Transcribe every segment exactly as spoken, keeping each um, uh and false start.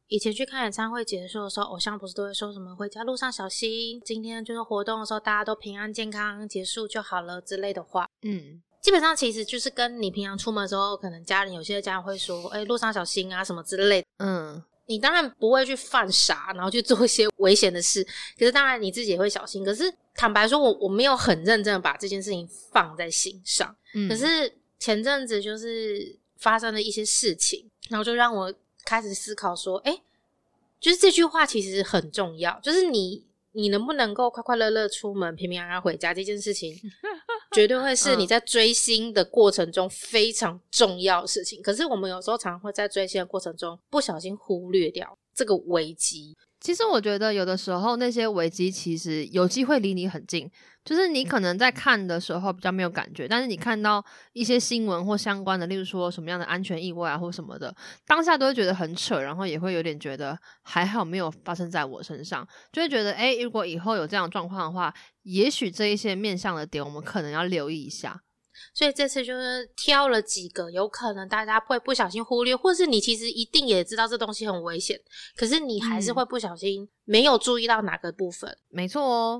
以前去看演唱会结束的时候，偶像不是都会说什么回家路上小心，今天就是活动的时候大家都平安健康结束就好了之类的话。 嗯， 基本上其实就是跟你平常出门的时候，可能家人有些家人会说哎、欸，路上小心啊什么之类的。 嗯， 你当然不会去犯傻然后去做一些危险的事，可是当然你自己也会小心。可是坦白说我我没有很认真的把这件事情放在心上、嗯、可是前阵子就是发生了一些事情，然后就让我开始思考说诶，就是这句话其实很重要，就是你你能不能够快快乐乐出门平平安安回家这件事情绝对会是你在追星的过程中非常重要的事情、嗯、可是我们有时候常常会在追星的过程中不小心忽略掉这个危机。 其实我觉得有的时候那些危机其实有机会离你很近，就是你可能在看的时候比较没有感觉，但是你看到一些新闻或相关的，例如说什么样的安全意外啊或什么的，当下都会觉得很扯，然后也会有点觉得还好没有发生在我身上，就会觉得诶，如果以后有这样的状况的话，也许这一些面向的点我们可能要留意一下。 所以这次就是挑了几个有可能大家会不小心忽略，或是你其实一定也知道这东西很危险，可是你还是会不小心没有注意到哪个部分、嗯、 没错哦。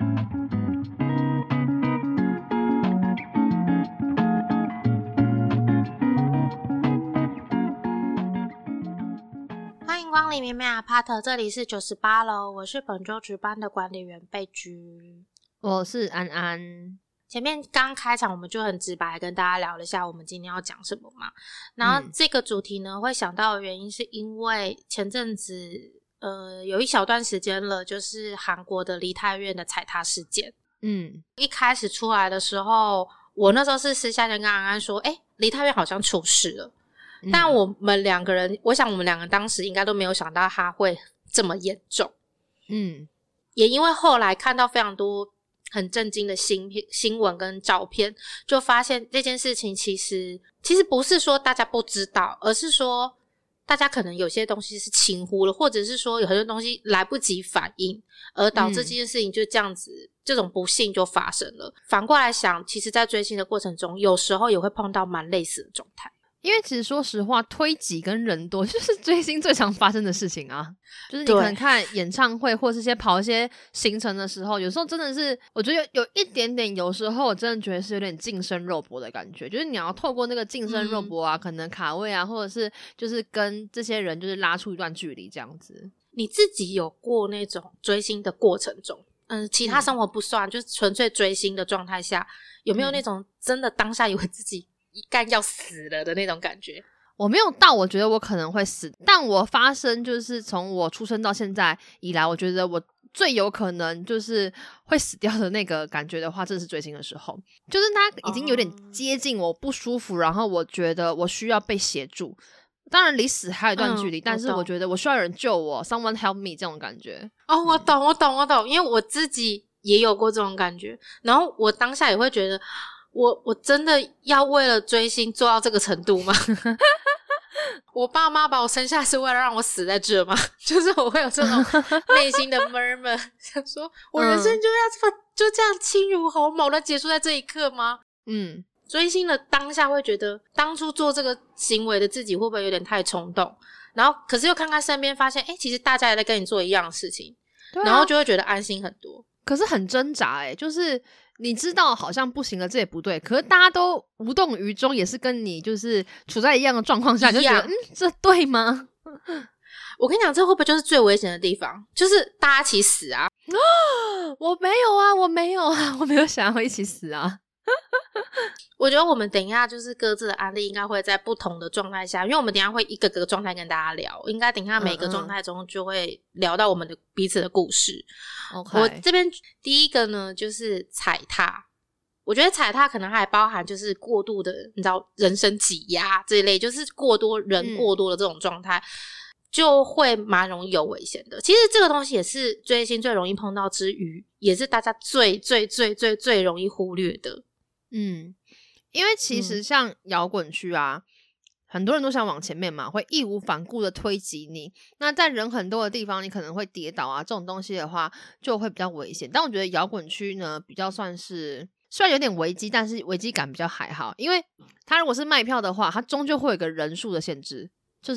欢迎光临绵绵 Apart， 这里是九十八楼，我是本周值班的管理员贝居， 我是安安。 前面刚开场我们就很直白跟大家聊了一下我们今天要讲什么嘛，然后这个主题呢、嗯、会想到的原因是因为前阵子呃有一小段时间了，就是韩国的梨泰院的踩踏事件。嗯，一开始出来的时候我那时候是私下跟安安说诶，梨泰院好像出事了、嗯、但我们两个人我想我们两个当时应该都没有想到它会这么严重。嗯，也因为后来看到非常多很震惊的新新闻跟照片，就发现这件事情其实其实不是说大家不知道，而是说大家可能有些东西是轻忽了，或者是说有很多东西来不及反应，而导致这件事情就这样子、嗯、这种不幸就发生了。反过来想，其实在追星的过程中有时候也会碰到蛮类似的状态， 因为其实说实话推挤跟人多就是追星最常发生的事情啊，就是你可能看演唱会或是些跑一些行程的时候，有时候真的是我觉得 有, 有一点点有时候我真的觉得是有点近身肉搏的感觉，就是你要透过那个近身肉搏啊、嗯、可能卡位啊，或者是就是跟这些人就是拉出一段距离这样子。 你自己有过那种追星的过程中嗯，其他生活不算、嗯、就是纯粹追星的状态下，有没有那种真的当下以为自己一干要死了的那种感觉？ 我没有到我觉得我可能会死，但我发生就是从我出生到现在以来，我觉得我最有可能就是会死掉的那个感觉的话，这是追星的时候，就是它已经有点接近我不舒服、嗯、然后我觉得我需要被协助，当然离死还有一段距离、嗯、但是我觉得我需要有人救我 someone help me 这种感觉。 哦，我懂我懂我懂，因为我自己也有过这种感觉，然后我当下也会觉得我我真的要为了追星做到这个程度吗？我爸妈把我生下是为了让我死在这吗？就是我会有这种内心的 murmur 想说我人生就要、嗯、就这样轻如鸿毛的结束在这一刻吗？嗯，追星的当下会觉得当初做这个行为的自己会不会有点太冲动，然后可是又看看身边发现诶其实大家也在跟你做一样的事情、啊、然后就会觉得安心很多。 可是很挣扎诶，就是你知道好像不行了，这也不对，可是大家都无动于衷，也是跟你就是处在一样的状况下，就觉得嗯，这对吗？ 我跟你讲，这会不会就是最危险的地方，就是大家一起死啊？ 我没有啊，我没有啊，我没有想要一起死啊。 我觉得我们等一下就是各自的案例应该会在不同的状态下，因为我们等一下会一个个状态跟大家聊，应该等一下每个状态中就会聊到我们的彼此的故事。Okay. 我这边第一个呢就是踩踏，我觉得踩踏可能还包含就是过度的你知道人身挤压这一类，就是过多人过多的这种状态、嗯、就会蛮容易有危险的。其实这个东西也是追星最容易碰到之余，也是大家最最最最最容易忽略的。嗯， 因为其实像摇滚区啊、嗯、很多人都想往前面嘛，会义无反顾的推挤你，那在人很多的地方你可能会跌倒啊，这种东西的话就会比较危险。但我觉得摇滚区呢比较算是虽然有点危机，但是危机感比较还好，因为它如果是卖票的话它终究会有一个人数的限制，就是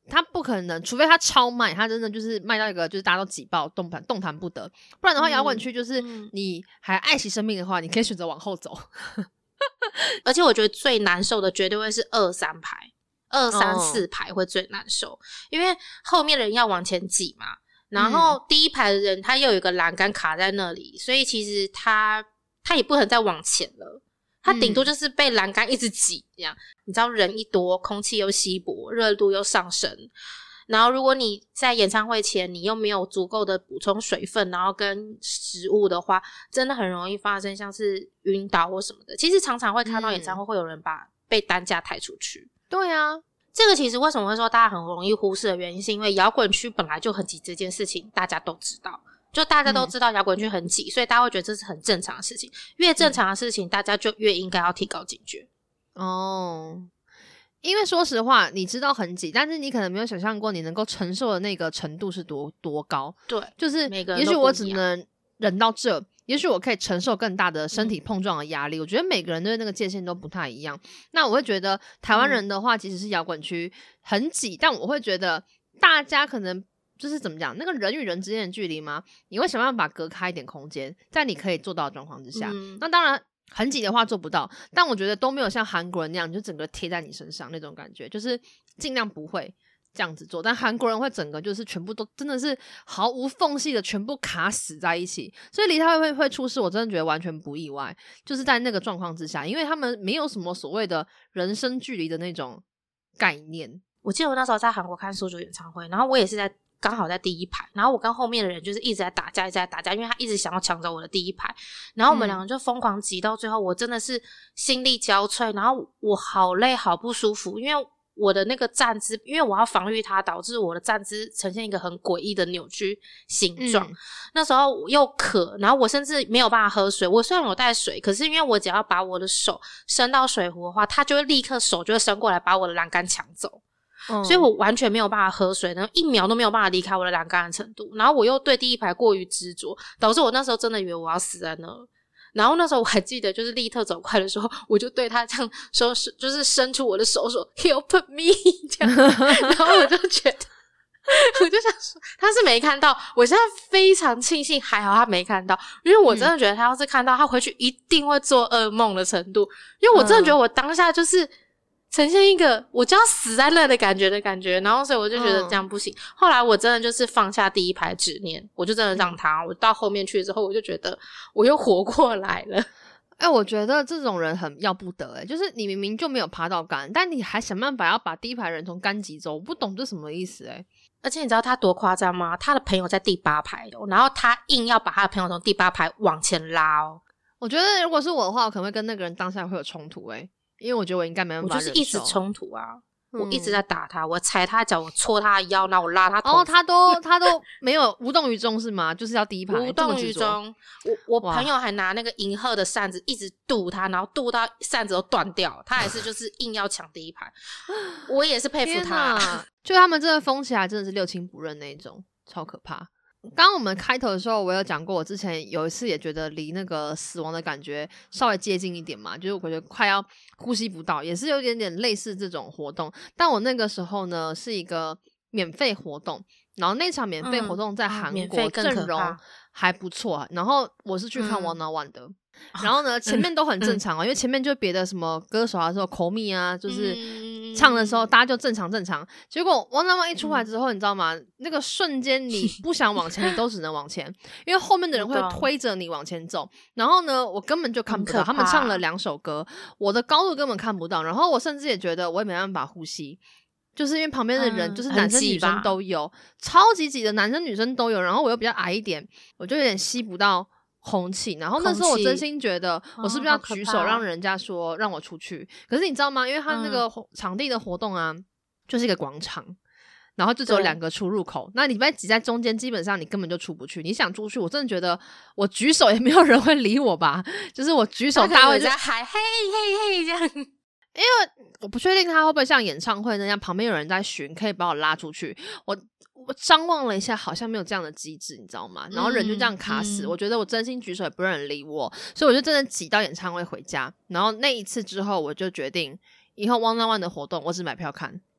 他不可能，除非他超卖，他真的就是卖到一个就是大家都挤爆，动弹动弹不得。不然的话，摇滚区就是你还爱惜生命的话，你可以选择往后走。 而且我觉得最难受的绝对会是二三排，二三四排会最难受，哦、因为后面的人要往前挤嘛，然后第一排的人他又有一个栏杆卡在那里，所以其实他他也不能再往前了。它顶多就是被栏杆一直挤这样、嗯、你知道人一多空气又稀薄热度又上升，然后如果你在演唱会前你又没有足够的补充水分然后跟食物的话，真的很容易发生像是晕倒或什么的。其实常常会看到演唱会会有人把被担架抬出去、嗯、 对啊， 这个其实为什么会说大家很容易忽视的原因是因为摇滚区本来就很挤这件事情大家都知道，就大家都知道摇滚区很挤、嗯、所以大家会觉得这是很正常的事情，越正常的事情、嗯、大家就越应该要提高警觉。 哦，因为说实话你知道很挤，但是你可能没有想象过你能够承受的那个程度是多多高。 对， 就是每个人也许我只能忍到这，也许我可以承受更大的身体碰撞的压力、嗯、我觉得每个人对那个界限都不太一样。那我会觉得台湾人的话、嗯、即使是摇滚区很挤，但我会觉得大家可能就是怎么讲，那个人与人之间的距离吗？你会想办法隔开一点空间，在你可以做到的状况之下、嗯、那当然很挤的话做不到，但我觉得都没有像韩国人那样就整个贴在你身上那种感觉，就是尽量不会这样子做。但韩国人会整个就是全部都真的是毫无缝隙的全部卡死在一起，所以梨泰院会会出事我真的觉得完全不意外，就是在那个状况之下，因为他们没有什么所谓的人生距离的那种概念。 我记得我那时候在韩国看苏九演唱会，然后我也是在刚好在第一排，然后我跟后面的人就是一直在打架一直在打架，因为他一直想要抢走我的第一排，然后我们两个就疯狂挤到最后、嗯、我真的是心力交瘁，然后我好累好不舒服，因为我的那个站姿，因为我要防御它，导致我的站姿呈现一个很诡异的扭曲形状、嗯、那时候我又渴，然后我甚至没有办法喝水，我虽然有带水，可是因为我只要把我的手伸到水壶的话，它就会立刻手就会伸过来把我的栏杆抢走，嗯、所以我完全没有办法喝水，然后一秒都没有办法离开我的栏杆的程度，然后我又对第一排过于执着，导致我那时候真的以为我要死在那了。然后那时候我还记得就是利特走快的时候，我就对他这样说，就是伸出我的手说 help me 这样然后我就觉得我就想说他是没看到，我现在非常庆幸还好他没看到，因为我真的觉得他要是看到他回去一定会做噩梦的程度，因为我真的觉得我当下就是呈现一个我就要死在那的感觉的感觉，然后所以我就觉得这样不行、嗯、后来我真的就是放下第一排执念，我就真的让他、嗯、我到后面去之后我就觉得我又活过来了。 哎、欸，我觉得这种人很要不得哎、欸，就是你明明就没有爬到杆，但你还想办法要把第一排人从杆挤走，我不懂这什么意思哎、欸。 而且你知道他多夸张吗？他的朋友在第八排的、哦、然后他硬要把他的朋友从第八排往前拉哦。 我觉得如果是我的话，我可能会跟那个人当下会有衝突哎、欸，因为我觉得我应该没办法忍受。 我就是一直冲突啊、嗯、我一直在打他，我踩他脚，我戳他的腰，然后我拉他头。 哦，他都他都没有无动于衷是吗？就是要第一排无动于衷。我我朋友还拿那个银鹤的扇子一直渡他，然后渡到扇子都断掉，他还是就是硬要抢第一排。我也是佩服他， 就他们真的疯起来真的是六亲不认那一种，超可怕。刚刚我们开头的时候我有讲过，我之前有一次也觉得离那个死亡的感觉稍微接近一点嘛，就是我觉得快要呼吸不到，也是有点点类似这种活动，但我那个时候呢是一个免费活动，然后那场免费活动在韩国阵容还不错、嗯、然后我是去看 One on One 的、嗯然后呢前面都很正常、哦嗯、因为前面就别的什么歌手啊说口蜜啊就是唱的时候、嗯、大家就正常正常，结果 One on One 一出来之后、嗯、你知道吗，那个瞬间你不想往前你都只能往前因为后面的人会推着你往前走，然后呢我根本就看不到，他们唱了两首歌我的高度根本看不到，然后我甚至也觉得我也没办法呼吸，就是因为旁边的人就是男生女生都有、嗯、超级挤的，男生女生都有，然后我又比较矮一点，我就有点吸不到空气，然后那时候我真心觉得我是不是要举手让人家说让我出去、哦、可是你知道吗，因为他那个场地的活动啊、嗯、就是一个广场，然后就只有两个出入口，那你被挤在中间基本上你根本就出不去，你想出去我真的觉得我举手也没有人会理我吧，就是我举手大会就喊嘿嘿嘿这样，因为我不确定他会不会像演唱会那样旁边有人在巡可以把我拉出去，我我张望了一下好像没有这样的机制你知道吗，然后人就这样卡死、嗯嗯、我觉得我真心举手也不让人理我，所以我就真的挤到演唱会回家，然后那一次之后我就决定以后 One on One 的活动我只买票看，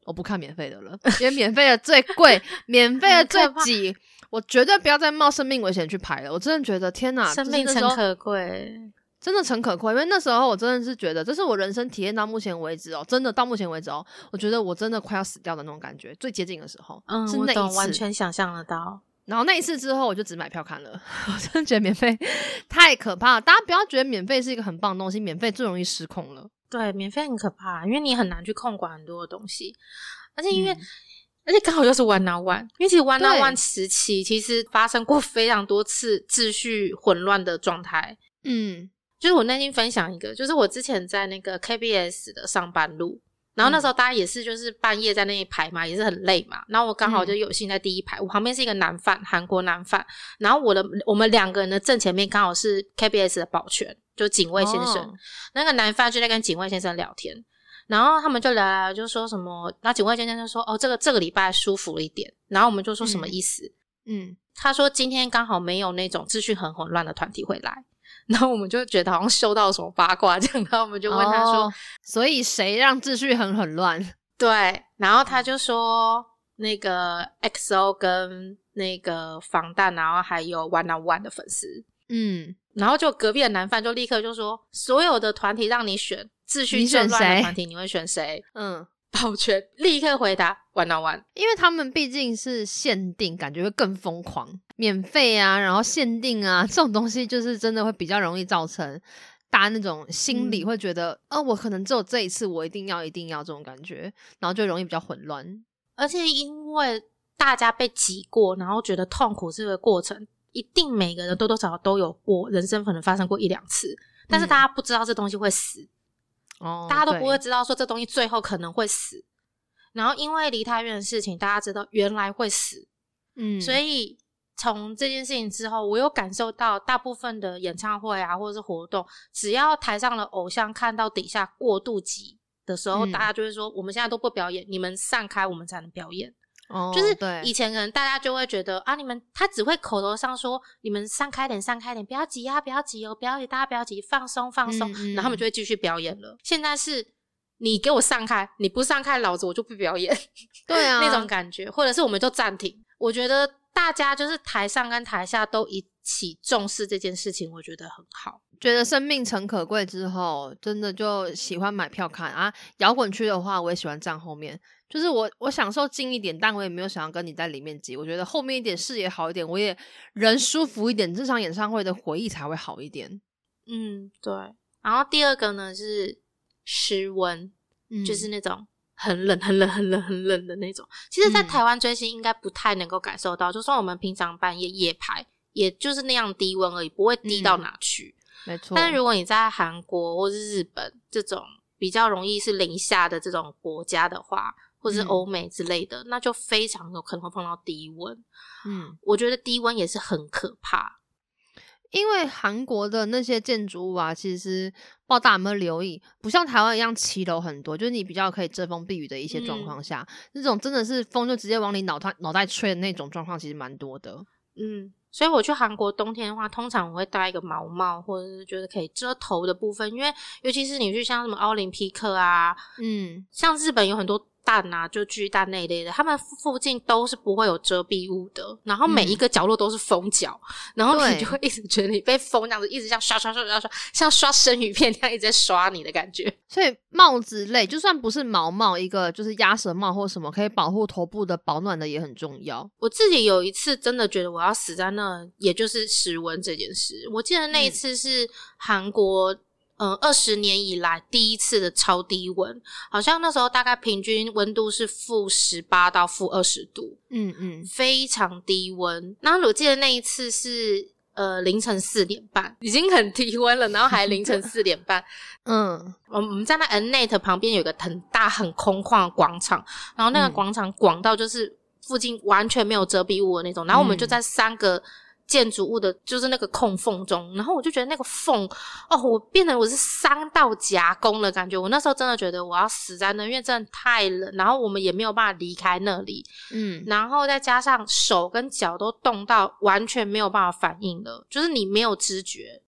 我不看免费的了，因为免费的最贵，免费的最挤，我绝对不要再冒生命危险去排了。我真的觉得天哪， 生命诚可贵， 真的诚可贵。因为那时候我真的是觉得，这是我人生体验到目前为止哦，真的到目前为止哦，我觉得我真的快要死掉的那种感觉，最接近的时候， 嗯， 是那一次， 我懂，完全想象得到。 然后那一次之后，我就只买票看了。我真的觉得免费太可怕了，大家不要觉得免费是一个很棒的东西，免费最容易失控了。 对，免费很可怕，因为你很难去控管很多的东西，而且因为、嗯、而且刚好又是 one on one， 因为其实 one on one 时期其实发生过非常多次秩序混乱的状态。嗯，就是我那天分享一个，就是我之前在那个 K B S 的上班路，然后那时候大家也是就是半夜在那一排嘛，也是很累嘛，然后我刚好就有幸在第一排、嗯、我旁边是一个男犯，韩国男犯，然后我的我们两个人的正前面刚好是 K B S 的保全，就警卫先生、哦、那个男犯就在跟警卫先生聊天，然后他们就聊聊就说什么，那警卫先生就说哦这个这个礼拜舒服了一点，然后我们就说什么意思， 嗯, 嗯他说今天刚好没有那种秩序很混乱的团体会来，然后我们就觉得好像嗅到什么八卦这样，然后我们就问他说、哦、 所以谁让秩序很混乱？ 对，然后他就说那个 X O 跟那个防弹，然后还有 One on One 的粉丝，嗯，然后就隔壁的男犯就立刻就说所有的团体让你选秩序正乱的团体，你会选谁？嗯，保全立刻回答 One on One， 因为他们毕竟是限定，感觉会更疯狂，免费啊然后限定啊这种东西就是真的会比较容易造成大家那种心理会觉得、嗯、哦我可能只有这一次我一定要一定要这种感觉，然后就容易比较混乱。 而且因为大家被挤过，然后觉得痛苦这个过程一定每个人多多少少都有过，人生可能发生过一两次，但是大家不知道这东西会死、嗯、大家都不会知道说这东西最后可能会死，然后因为梨泰院的事情大家知道原来会死，嗯，所以从这件事情之后我有感受到大部分的演唱会啊或者是活动，只要台上的偶像看到底下过度挤的时候、嗯、大家就会说我们现在都不表演，你们散开我们才能表演、哦、就是以前可能大家就会觉得啊你们他只会口头上说你们散开点散开点，不要急啊不要急哦不要急大家不要急放松放松、嗯嗯、然后他们就会继续表演了。现在是你给我散开，你不散开老子我就不表演对啊那种感觉，或者是我们就暂停。我觉得大家就是台上跟台下都一起重视这件事情，我觉得很好。 觉得生命诚可贵之后真的就喜欢买票看啊。摇滚区的话我也喜欢站后面，就是我我享受近一点，但我也没有想要跟你在里面挤，我觉得后面一点视野好一点，我也人舒服一点，这场演唱会的回忆才会好一点。 嗯对。然后第二个呢是湿温、嗯、就是那种很冷很冷很冷很冷的那种，其实在台湾追星应该不太能够感受到、嗯、就算我们平常半夜夜排也就是那样低温而已，不会低到哪去、 嗯、没错。 但如果你在韩国或是日本这种比较容易是零下的这种国家的话，或是欧美之类的、嗯、那就非常有可能会碰到低温。嗯，我觉得低温也是很可怕， 因为韩国的那些建筑物啊其实不知道大家有没有留意，不像台湾一样骑楼很多，就是你比较可以遮风避雨的一些状况下、嗯、那种真的是风就直接往你脑袋脑袋吹的那种状况其实蛮多的。 嗯，所以我去韩国冬天的话通常我会戴一个毛帽或者是觉得可以遮头的部分，因为尤其是你去像什么奥林匹克啊，嗯，像日本有很多蛋啊就巨蛋那一类的，他们附近都是不会有遮蔽物的，然后每一个角落都是风角、嗯、然后你就会一直觉得你被风这样子一直像刷刷刷刷刷像刷生鱼片那样一直在刷你的感觉。 所以帽子类就算不是毛帽，一个就是鸭舌帽或什么可以保护头部的保暖的也很重要。 我自己有一次真的觉得我要死在那，也就是湿温这件事。我记得那一次是韩国、嗯嗯，二十年以来第一次的超低温，好像那时候大概平均温度是负十八到负二十度，嗯嗯，非常低温。然后我记得那一次是呃凌晨四点半，已经很低温了，然后还凌晨四点半，嗯，我们在那 Nnet 旁边有一个很大很空旷的广场，然后那个广场广到就是附近完全没有遮蔽物的那种，然后我们就在三个建筑物的就是那个空缝中，然后我就觉得那个缝哦，我变得我是三道夹攻的感觉。我那时候真的觉得我要死在那，因为真的太冷，然后我们也没有办法离开那里，嗯，然后再加上手跟脚都冻到完全没有办法反应了，就是你没有知觉，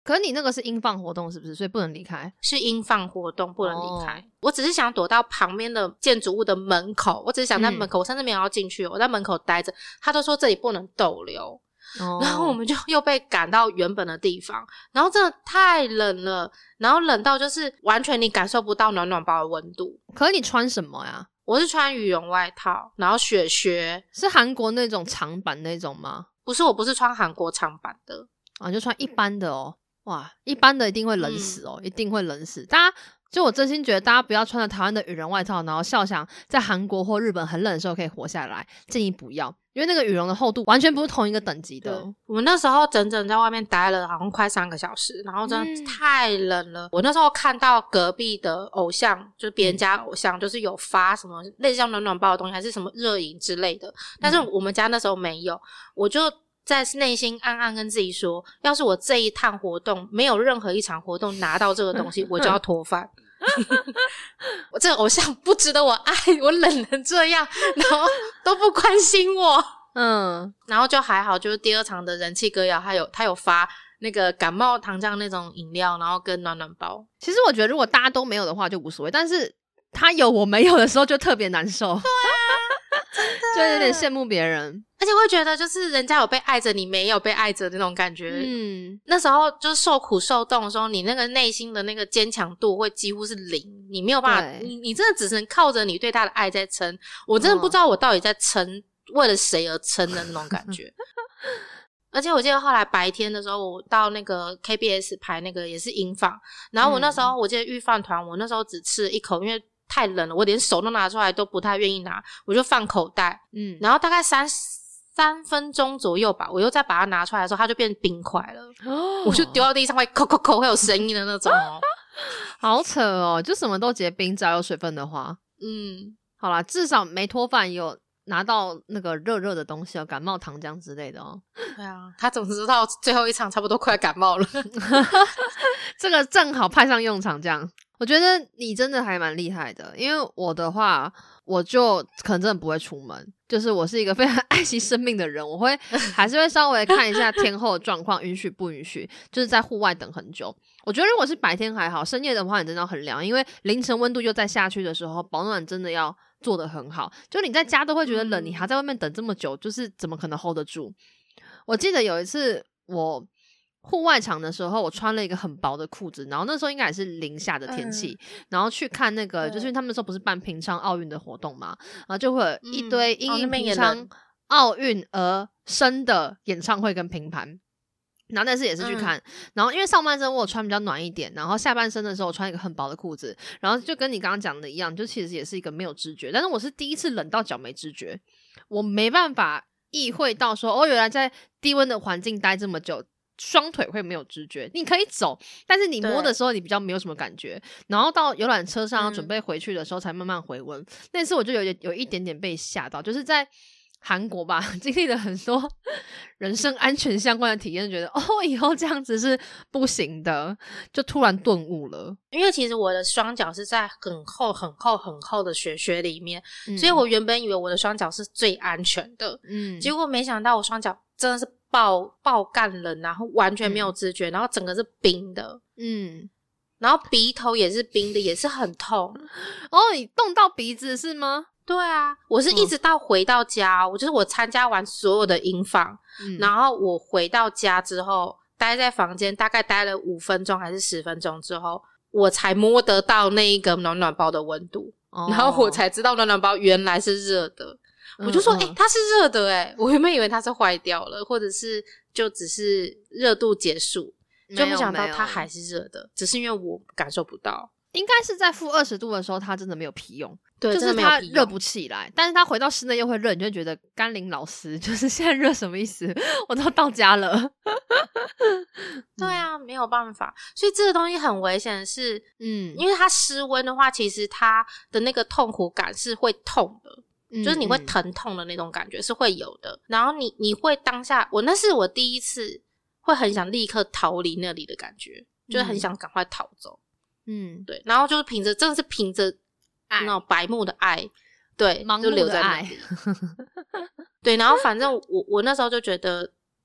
可是你那个是英放活动是不是？所以不能离开。 是英放活动，不能离开、哦、我只是想躲到旁边的建筑物的门口，我只是想在门口、嗯、我甚至没有要进去，我在门口待着，他都说这里不能逗留、哦、然后我们就又被赶到原本的地方，然后真的太冷了，然后冷到就是完全你感受不到暖暖包的温度。 可是你穿什么呀？ 我是穿羽绒外套，然后雪靴。 是韩国那种长版那种吗？ 不是，我不是穿韩国长版的啊，就穿一般的哦。哇，一般的一定会冷死哦、嗯、一定会冷死。大家就我真心觉得大家不要穿着台湾的羽绒外套，然后笑想在韩国或日本很冷的时候可以活下来，建议不要，因为那个羽绒的厚度完全不是同一个等级的。 我们那时候整整在外面待了好像快三个小时，然后真的太冷了、嗯、我那时候看到隔壁的偶像，就是别人家偶像、嗯、就是有发什么类似像暖暖包的东西还是什么热饮之类的，但是我们家那时候没有，我就在内心暗暗跟自己说，要是我这一趟活动没有任何一场活动拿到这个东西我就要脱饭我这个偶像不值得我爱，我冷成这样然后都不关心我。嗯，然后就还好，就是第二场的人气歌谣他有他有发那个感冒糖浆那种饮料，然后跟暖暖包。 其实我觉得如果大家都没有的话就无所谓，但是他有我没有的时候就特别难受。 对啊，真的就有点羡慕别人， 而且会觉得就是人家有被爱着你没有被爱着那种感觉。嗯，那时候就是受苦受冻的时候，你那个内心的那个坚强度会几乎是零，你没有办法，你你真的只能靠着你对他的爱在撑。我真的不知道我到底在撑、嗯、为了谁而撑的那种感觉而且我记得后来白天的时候我到那个 K B S 排那个也是英放，然后我那时候我记得御饭团我那时候只吃了一口，因为太冷了，我连手都拿出来都不太愿意拿，我就放口袋。嗯，然后大概三三分钟左右吧，我又再把它拿出来的时候它就变冰块了、哦、我就丢到地上会扣扣扣会有声音的那种哦好扯哦，就什么都结冰，只要有水分的话。嗯，好啦，至少没脱饭也有拿到那个热热的东西哦，感冒糖浆之类的哦。 对啊，他总知道最后一场差不多快感冒了这个正好派上用场这样。我觉得你真的还蛮厉害的，因为我的话我就可能真的不会出门，就是我是一个非常爱惜生命的人，我会还是会稍微看一下天候的状况允许不允许，就是在户外等很久。我觉得如果是白天还好，深夜的话你真的要很凉，因为凌晨温度又再下去的时候保暖真的要做得很好，就你在家都会觉得冷、嗯、你还在外面等这么久，就是怎么可能 hold 得住。我记得有一次我户外场的时候我穿了一个很薄的裤子，然后那时候应该也是零下的天气、嗯、然后去看那个就是他们那时候不是办平昌奥运的活动嘛，然后就会有一堆因应平昌奥运而生的演唱会跟拼盘，然后但是也是去看、嗯、然后因为上半身我有穿比较暖一点，然后下半身的时候我穿一个很薄的裤子，然后就跟你刚刚讲的一样，就其实也是一个没有知觉，但是我是第一次冷到脚没知觉，我没办法意会到说哦，原来在低温的环境待这么久双腿会没有知觉，你可以走但是你摸的时候你比较没有什么感觉，然后到游览车上要准备回去的时候才慢慢回温、嗯、那次我就有有一点点被吓到，就是在韩国吧经历了很多人身安全相关的体验，觉得哦以后这样子是不行的，就突然顿悟了。 因为其实我的双脚是在很厚很厚很厚的雪靴里面、嗯、所以我原本以为我的双脚是最安全的，嗯，结果没想到我双脚真的是爆爆干冷，然后完全没有知觉、嗯、然后整个是冰的，嗯，然后鼻头也是冰的，也是很痛。 哦，你冻到鼻子是吗？ 对啊，我是一直到回到家、嗯、我就是我参加完所有的营放、嗯、然后我回到家之后待在房间大概待了五分钟还是十分钟之后，我才摸得到那一个暖暖包的温度、哦、然后我才知道暖暖包原来是热的。我就说诶、欸、它是热的诶、欸、我原本以为它是坏掉了，或者是就只是热度结束，就没想到它还是热的，只是因为我感受不到。 应该是在负二十度的时候它真的没有屁用， 对， 就是它热不起来，但是它回到室内又会热，你就会觉得甘霖老师就是现在热什么意思我都到家了对啊，没有办法，所以这个东西很危险的是嗯，因为它失温的话其实它的那个痛苦感是会痛的，就是你会疼痛的那种感觉是会有的，然后你你会当下，我那是我第一次会很想立刻逃离那里的感觉，就是很想赶快逃走。嗯，对，然后就是凭着真的是凭着那种白目的爱，对， 盲目的爱就留在那里对，然后反正我我那时候就觉得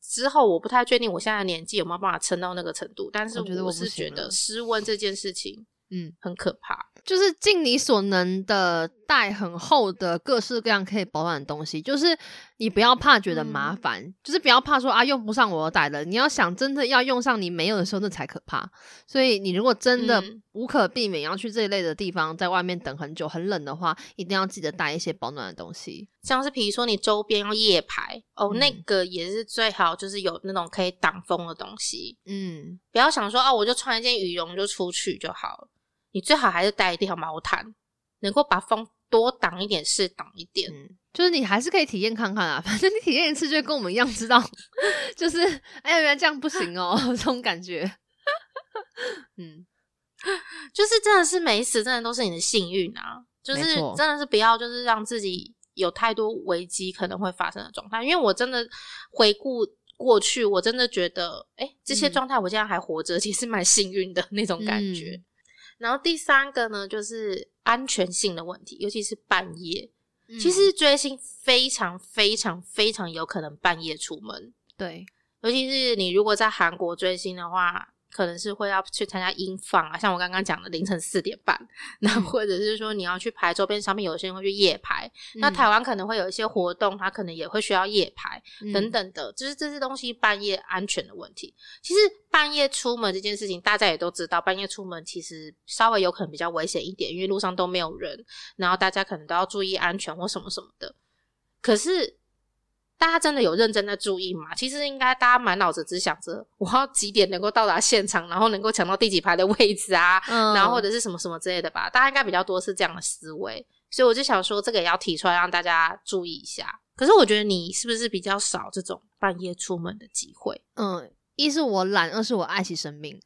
之后我不太确定我现在的年纪有没有办法撑到那个程度，但是我觉得我我是觉得湿温这件事情嗯很可怕， 就是尽你所能的带很厚的各式各样可以保暖的东西，就是你不要怕觉得麻烦、嗯、就是不要怕说啊用不上我要带了，你要想真的要用上你没有的时候那才可怕。所以你如果真的无可避免要去这一类的地方，在外面等很久很冷的话，一定要记得带一些保暖的东西， 像是比如说你周边要夜排哦、嗯、那个也是最好就是有那种可以挡风的东西，嗯，不要想说哦我就穿一件羽绒就出去就好了，你最好还是带一条毛毯，能够把风多挡一点是挡一点、嗯、 就是你还是可以体验看看啊，反正你体验一次就会跟我们一样知道就是哎原来这样不行哦这种感觉嗯，就是真的是没死真的都是你的幸运啊，就是真的是不要就是让自己有太多危机可能会发生的状态，因为我真的回顾过去我真的觉得哎，这些状态我现在还活着、嗯、其实蛮幸运的那种感觉、嗯，然后第三个呢就是安全性的问题，尤其是半夜、嗯、其实追星非常非常非常有可能半夜出门， 对， 尤其是你如果在韩国追星的话可能是会要去参加音放啊，像我刚刚讲的凌晨四点半、嗯、那或者是说你要去排周边商品，有些人会去夜排、嗯、那台湾可能会有一些活动它可能也会需要夜排、嗯、等等的，就是这些东西半夜安全的问题。其实半夜出门这件事情大家也都知道，半夜出门其实稍微有可能比较危险一点，因为路上都没有人，然后大家可能都要注意安全或什么什么的，可是大家真的有认真在注意吗？其实应该大家满脑子只想着我要几点能够到达现场，然后能够抢到第几排的位置啊、嗯、然后或者是什么什么之类的吧，大家应该比较多是这样的思维，所以我就想说这个也要提出来让大家注意一下。可是我觉得你是不是比较少这种半夜出门的机会？ 嗯，一是我懒，二是我爱惜生命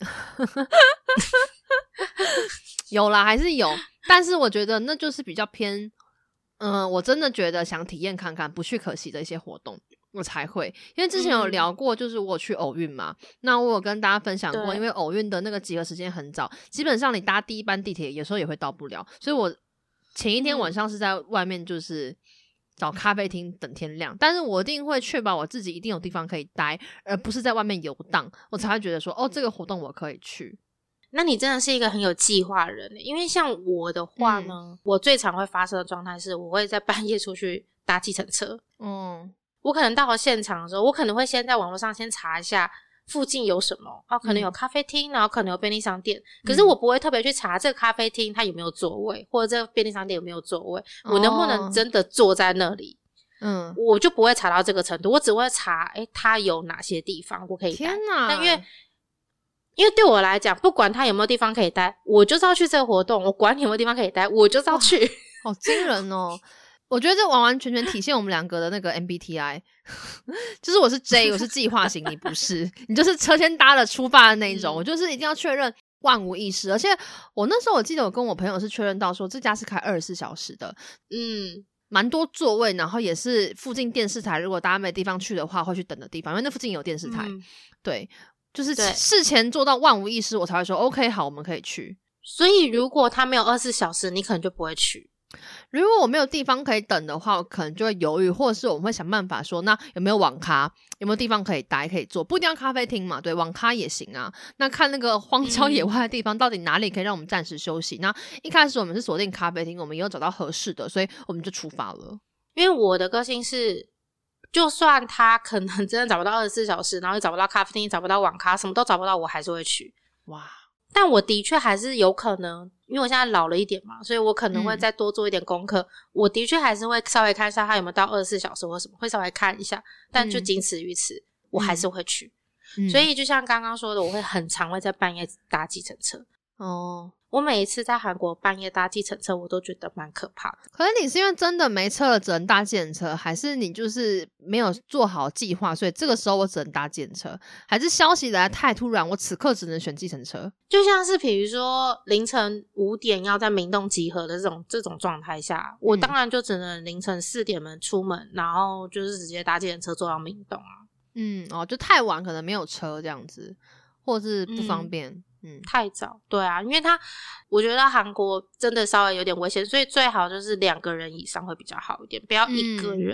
有啦还是有，但是我觉得那就是比较偏嗯，我真的觉得想体验看看不去可惜的一些活动我才会，因为之前有聊过就是我有去偶运嘛、嗯、那我有跟大家分享过，因为偶运的那个集合时间很早，基本上你搭第一班地铁有时候也会到不了，所以我前一天晚上是在外面就是找咖啡厅等天亮、嗯、但是我一定会确保我自己一定有地方可以待，而不是在外面游荡，我才会觉得说哦这个活动我可以去。 那你真的是一个很有计划的人，因为像我的话呢、嗯、我最常会发生的状态是我会在半夜出去搭计程车。嗯，我可能到了现场的时候，我可能会先在网络上先查一下附近有什么哦，可能有咖啡厅、嗯、然后可能有便利商店，可是我不会特别去查这个咖啡厅它有没有座位，或者这个便利商店有没有座位、哦、我能不能真的坐在那里。嗯，我就不会查到这个程度，我只会查诶它有哪些地方我可以待。 天哪， 但因为因为对我来讲不管他有没有地方可以待，我就是要去这个活动，我管你有没有地方可以待，我就是要去。 好惊人哦我觉得这完完全全体现我们两个的那个 M B T I 就是我是 J 我是计划型你不是，你就是车先搭了出发的那一种、嗯、我就是一定要确认万无一失。而且我那时候我记得我跟我朋友是确认到说这家是开二十四小时的，嗯，蛮多座位，然后也是附近电视台如果大家没地方去的话会去等的地方，因为那附近有电视台、嗯、对，就是事前做到万无一失我才会说 OK 好我们可以去。 所以如果他没有二十四小时你可能就不会去。 如果我没有地方可以等的话我可能就会犹豫，或者是我们会想办法说那有没有网咖，有没有地方可以待可以坐，不一定要咖啡厅嘛，对，网咖也行啊。那看那个荒郊野外的地方、嗯、到底哪里可以让我们暂时休息，那一开始我们是锁定咖啡厅，我们也有找到合适的，所以我们就出发了。 因为我的个性是就算他可能真的找不到二十四小时，然后又找不到咖啡厅找不到网咖什么都找不到，我还是会去。哇，但我的确还是有可能，因为我现在老了一点嘛，所以我可能会再多做一点功课、嗯、我的确还是会稍微看一下他有没有到二十四小时或什么，会稍微看一下，但就仅此于此、嗯、我还是会去、嗯、所以就像刚刚说的我会很常会在半夜搭计程车。哦，我每一次在韩国半夜搭计程车我都觉得蛮可怕的。 可是你是因为真的没车了只能搭计程车，还是你就是没有做好计划所以这个时候我只能搭计程车，还是消息来太突然我此刻只能选计程车？ 就像是比如说凌晨五点要在明洞集合的这种这种状态下，我当然就只能凌晨四点门出门、嗯、然后就是直接搭计程车坐到明洞啊。 嗯，哦，就太晚可能没有车这样子，或是不方便。嗯嗯，太早，对啊，因为他我觉得韩国真的稍微有点危险，所以最好就是两个人以上会比较好一点，不要一个人、嗯、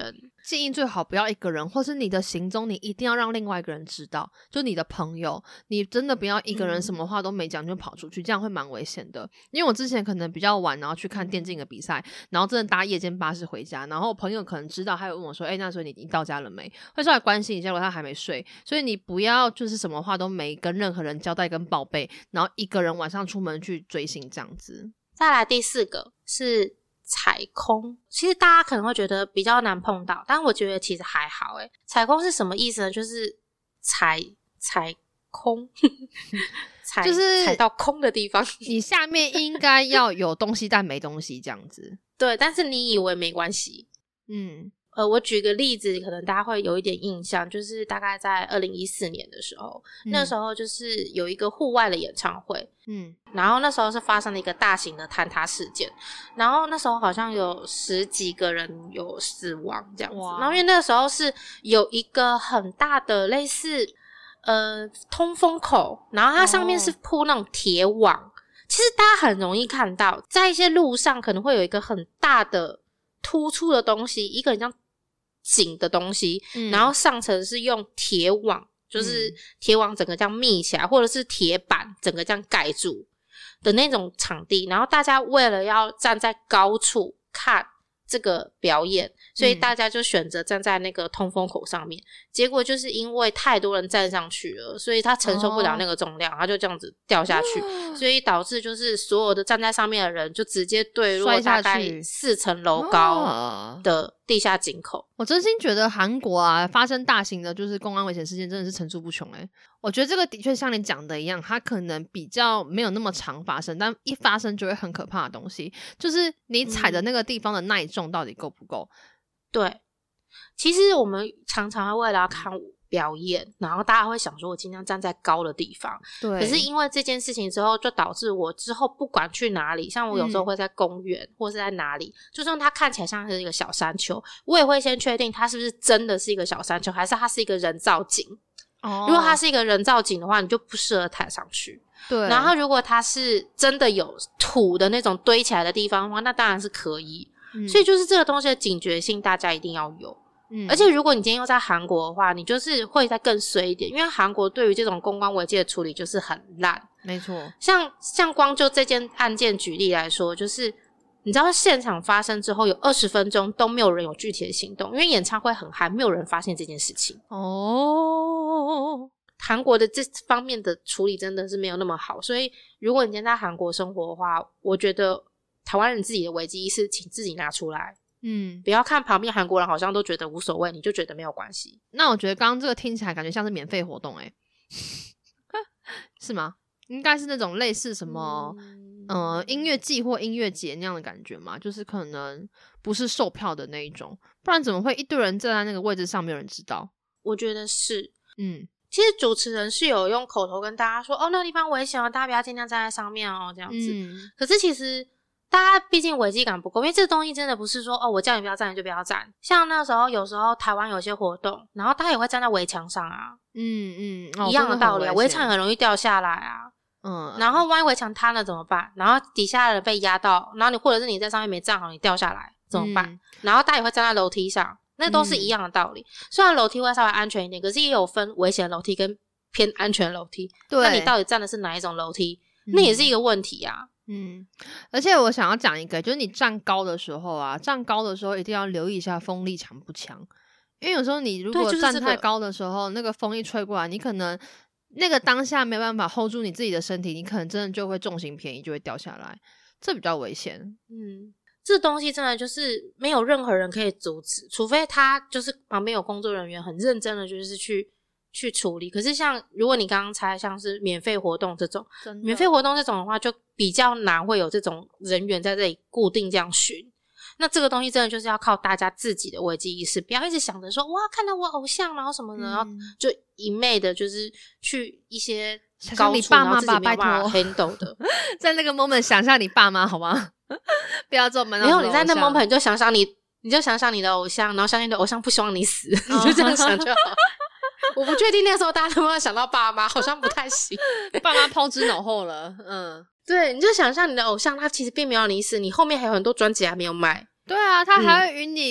建议最好不要一个人，或是你的行踪你一定要让另外一个人知道，就你的朋友，你真的不要一个人什么话都没讲就跑出去、嗯、这样会蛮危险的。因为我之前可能比较晚然后去看电竞的比赛，然后真的搭夜间巴士回家，然后我朋友可能知道，他有问我说哎、欸，那时候你已经到家了没，会稍微关心一下如果他还没睡。所以你不要就是什么话都没跟任何人交代跟报备，然后一个人晚上出门去追星这样子。 再来第四个是踩空，其实大家可能会觉得比较难碰到，但我觉得其实还好诶。踩空是什么意思呢？就是踩踩空踩就是踩到空的地方， 你下面应该要有东西但没东西这样子。 对，但是你以为没关系。 嗯呃，我举个例子，可能大家会有一点印象，就是大概在二零一四年的时候、嗯、那时候就是有一个户外的演唱会，嗯，然后那时候是发生了一个大型的坍塌事件，然后那时候好像有十几个人有死亡这样子。然后因为那个时候是有一个很大的类似呃通风口，然后它上面是铺那种铁网、哦、其实大家很容易看到在一些路上可能会有一个很大的突出的东西，一个很像紧的东西、嗯、然后上层是用铁网，就是铁网整个这样密起来、嗯、或者是铁板整个这样盖住的那种场地，然后大家为了要站在高处看这个表演，所以大家就选择站在那个通风口上面、嗯、结果就是因为太多人站上去了，所以他承受不了那个重量、哦、他就这样子掉下去、哦、所以导致就是所有的站在上面的人就直接坠落大概四层楼高的地下井口、哦、 我真心觉得韩国啊发生大型的就是公安危险事件真的是层出不穷诶。我觉得这个的确像你讲的一样，它可能比较没有那么常发生，但一发生就会很可怕的东西，就是你踩的那个地方的耐重到底够不够、嗯、 对，其实我们常常为了要看表演，然后大家会想说我尽量站在高的地方，对，可是因为这件事情之后就导致我之后不管去哪里，像我有时候会在公园、嗯、或是在哪里，就算它看起来像是一个小山丘，我也会先确定它是不是真的是一个小山丘，还是它是一个人造景。哦、如果它是一个人造景的话，你就不适合踩上去。对，然后如果它是真的有土的那种堆起来的地方的话，那当然是可以、嗯、所以就是这个东西的警觉性大家一定要有。嗯，而且如果你今天又在韩国的话，你就是会再更衰一点，因为韩国对于这种公关危机的处理就是很烂。没错，像像光就这件案件举例来说，就是你知道现场发生之后有二十分钟都没有人有具体的行动，因为演唱会很嗨，没有人发现这件事情。哦，韩国的这方面的处理真的是没有那么好，所以如果你今天在韩国生活的话，我觉得台湾人自己的危机意识请自己拿出来。嗯，不要看旁边韩国人好像都觉得无所谓，你就觉得没有关系。那我觉得刚刚这个听起来感觉像是免费活动诶、欸、是吗？应该是那种类似什么、嗯、呃音乐季或音乐节那样的感觉嘛，就是可能不是售票的那一种，不然怎么会一堆人站在那个位置上没有人知道？我觉得是。嗯，其实主持人是有用口头跟大家说哦那个地方危险哦，大家不要尽量站在上面哦这样子、嗯、可是其实大家毕竟危机感不够，因为这个东西真的不是说哦我叫你不要站你就不要站。像那时候有时候台湾有些活动，然后大家也会站在围墙上啊。嗯嗯、哦、一样的道理啊，围墙很容易掉下来啊。嗯，然后万一围墙塌了怎么办？然后底下的人被压到，然后你或者是你在上面没站好你掉下来怎么办、嗯、然后大家也会站在楼梯上，那都是一样的道理、嗯、虽然楼梯会稍微安全一点，可是也有分危险楼梯跟偏安全楼梯。对，那你到底站的是哪一种楼梯、嗯、那也是一个问题啊。嗯， 而且我想要讲一个，就是你站高的时候啊，站高的时候一定要留意一下风力强不强，因为有时候你如果站太高的时候、就是这个、那个风一吹过来，你可能那个当下没办法 hold 住你自己的身体，你可能真的就会重心偏移，就会掉下来，这比较危险。嗯， 这东西真的就是没有任何人可以阻止，除非他就是旁边有工作人员很认真的就是去去处理。可是像如果你刚刚猜像是免费活动这种，免费活动这种的话就比较难会有这种人员在这里固定这样巡。那这个东西真的就是要靠大家自己的危机意识，不要一直想着说哇看到我偶像然后什么的、嗯、然后就一昧的就是去一些高处然后自己没有办法 handle 的在那个 moment 想象你爸妈好吗不要做门。 没有，你在那 moment 你就想想你你就想想你的偶像，然后相信你的偶像不希望你死、哦、你就这样想就好我不确定那时候大家有没有想到爸妈，好像不太行爸妈抛之脑后了。嗯， 对，你就想象你的偶像他其实并没有你死，你后面还有很多专辑还没有卖。 对啊，他还会与你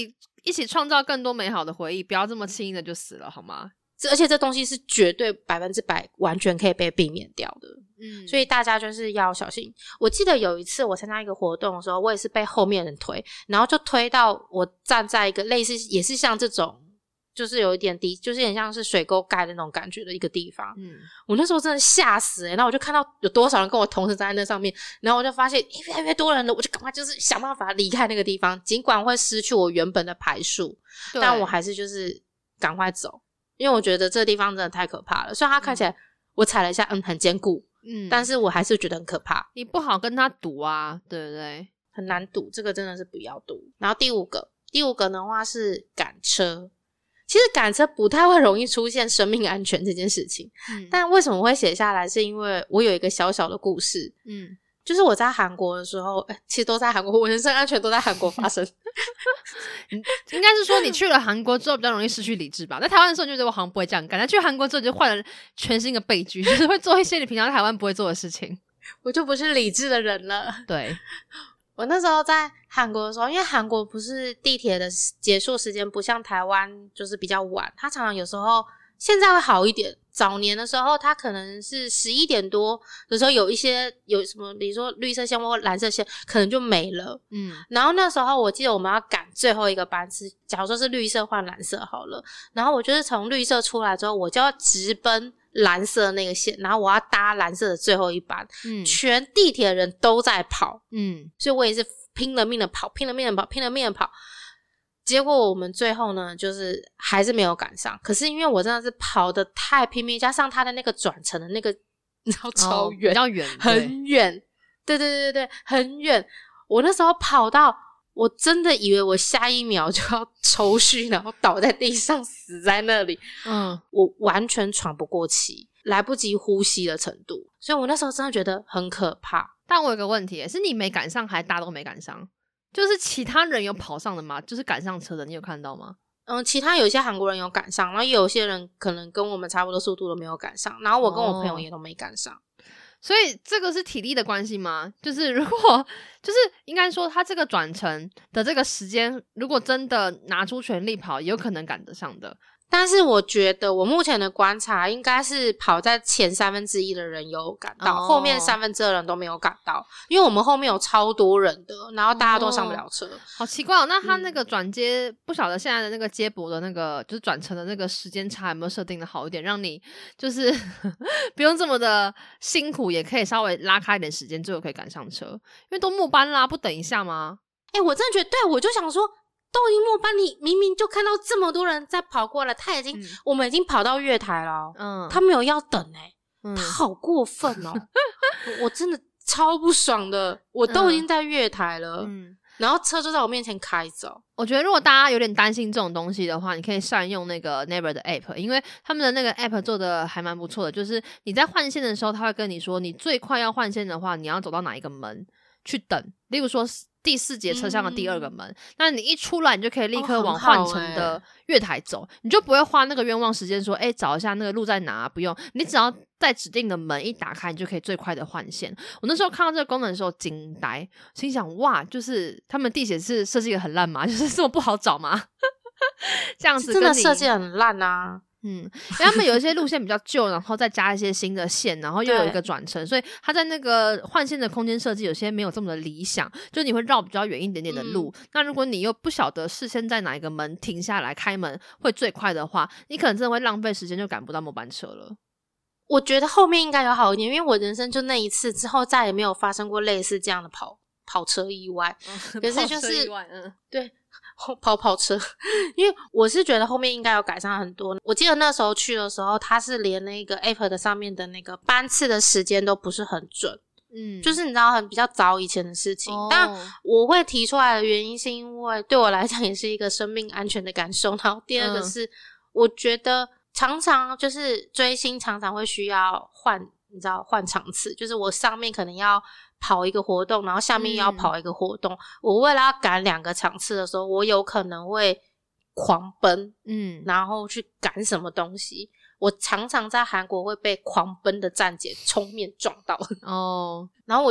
一起创造更多美好的回忆，不要这么轻易的就死了好吗？ 而且这东西是绝对百分之百完全可以被避免掉的， 嗯， 所以大家就是要小心。我记得有一次我参加一个活动的时候，我也是被后面人推，然后就推到我站在一个类似也是像这种就是有一点低，就是有点像是水沟盖的那种感觉的一个地方。嗯，我那时候真的吓死欸，然后我就看到有多少人跟我同时站在那上面，然后我就发现越来越多人了，我就赶快就是想办法离开那个地方，尽管会失去我原本的排数，但我还是就是赶快走。因为我觉得这个地方真的太可怕了，虽然它看起来、嗯、我踩了一下嗯很坚固，嗯，但是我还是觉得很可怕。 你不好跟他赌啊，对不对？ 很难赌，这个真的是不要赌。然后第五个第五个的话是赶车。其实赶车不太会容易出现生命安全这件事情、嗯、但为什么会写下来，是因为我有一个小小的故事。嗯，就是我在韩国的时候、欸、其实都在韩国，我人身安全都在韩国发生应该是说你去了韩国之后比较容易失去理智吧。在台湾的时候你就觉得我好像不会这样干，但去韩国之后就换了全新的悲剧，就是会做一些你平常在台湾不会做的事情， 我就不是理智的人了。 对， 我那时候在韩国的时候，因为韩国不是地铁的结束时间不像台湾就是比较晚，它常常有时候现在会好一点，早年的时候它可能是十一点多的时候有一些有什么比如说绿色线或蓝色线可能就没了。嗯，然后那时候我记得我们要赶最后一个班次，假如说是绿色换蓝色好了，然后我就是从绿色出来之后我就要直奔蓝色的那个线，然后我要搭蓝色的最后一班。嗯，全地铁的人都在跑。嗯，所以我也是拼了命的跑拼了命的跑拼了命的跑，结果我们最后呢就是还是没有赶上。可是因为我真的是跑得太拼命，加上他的那个转乘的那个你知道超远、 哦、比较远， 很远，对对对对对，很远。我那时候跑到我真的以为我下一秒就要抽搐，然后倒在地上死在那里。嗯，我完全喘不过气，来不及呼吸的程度，所以我那时候真的觉得很可怕。 但我有个问题，是你没赶上还大家都没赶上？就是其他人有跑上的吗？就是赶上车的你有看到吗？ 嗯，其他有些韩国人有赶上，然后也有些人可能跟我们差不多速度都没有赶上，然后我跟我朋友也都没赶上。哦， 所以这个是体力的关系吗？就是如果就是应该说他这个转乘的这个时间如果真的拿出全力跑有可能赶得上的， 但是我觉得我目前的观察应该是跑在前三分之一的人有赶到、哦、后面三分之二人都没有赶到，因为我们后面有超多人的，然后大家都上不了车、哦、 好奇怪哦。那他那个转接、嗯、不晓得现在的那个接驳的那个就是转乘的那个时间差有没有设定的好一点，让你就是不用这么的辛苦，也可以稍微拉开一点时间最后可以赶上车，因为都末班啦，不等一下吗？ 欸，我真的觉得，对，我就想说都已经末班，你明明就看到这么多人在跑过了，他已经、嗯、我们已经跑到月台了，嗯，他没有要等欸、嗯、他好过分哦我, 我真的超不爽的，我都已经在月台了，嗯，然后车就在我面前开走。 我觉得如果大家有点担心这种东西的话，你可以善用那个 Naver 的 app， 因为他们的那个 app 做的还蛮不错的，就是你在换线的时候他会跟你说你最快要换线的话你要走到哪一个门去等，例如说第四节车厢的第二个门、嗯、那你一出来你就可以立刻往换乘的月台走、哦欸、你就不会花那个冤枉时间说诶找一下那个路在哪，不用，你只要在指定的门一打开你就可以最快的换线。我那时候看到这个功能的时候惊呆，心想哇，就是他们地铁是设计的很烂吗？就是这么不好找吗这样子跟你真的设计很烂啊。 嗯，因为他们有一些路线比较旧，然后再加一些新的线，然后又有一个转乘，所以它在那个换线的空间设计有些没有这么的理想，就你会绕比较远一点点的路、嗯、那如果你又不晓得事先在哪一个门停下来开门会最快的话，你可能真的会浪费时间，就赶不到末班车了。 我觉得后面应该有好一点，因为我人生就那一次之后再也没有发生过类似这样的跑跑车意外、嗯、可是就是嗯，对，跑跑车因为我是觉得后面应该有改善很多。我记得那时候去的时候它是连那个 app 的上面的那个班次的时间都不是很准，嗯，就是你知道很比较早以前的事情、哦、但我会提出来的原因是因为对我来讲也是一个生命安全的感受，然后第二个是、嗯、我觉得常常就是追星常常会需要换，你知道换场次，就是我上面可能要跑一个活动，然后下面也要跑一个活动、嗯、我为了要赶两个场次的时候我有可能会狂奔，嗯，然后去赶什么东西。我常常在韩国会被狂奔的站姐冲面撞到哦，然后我就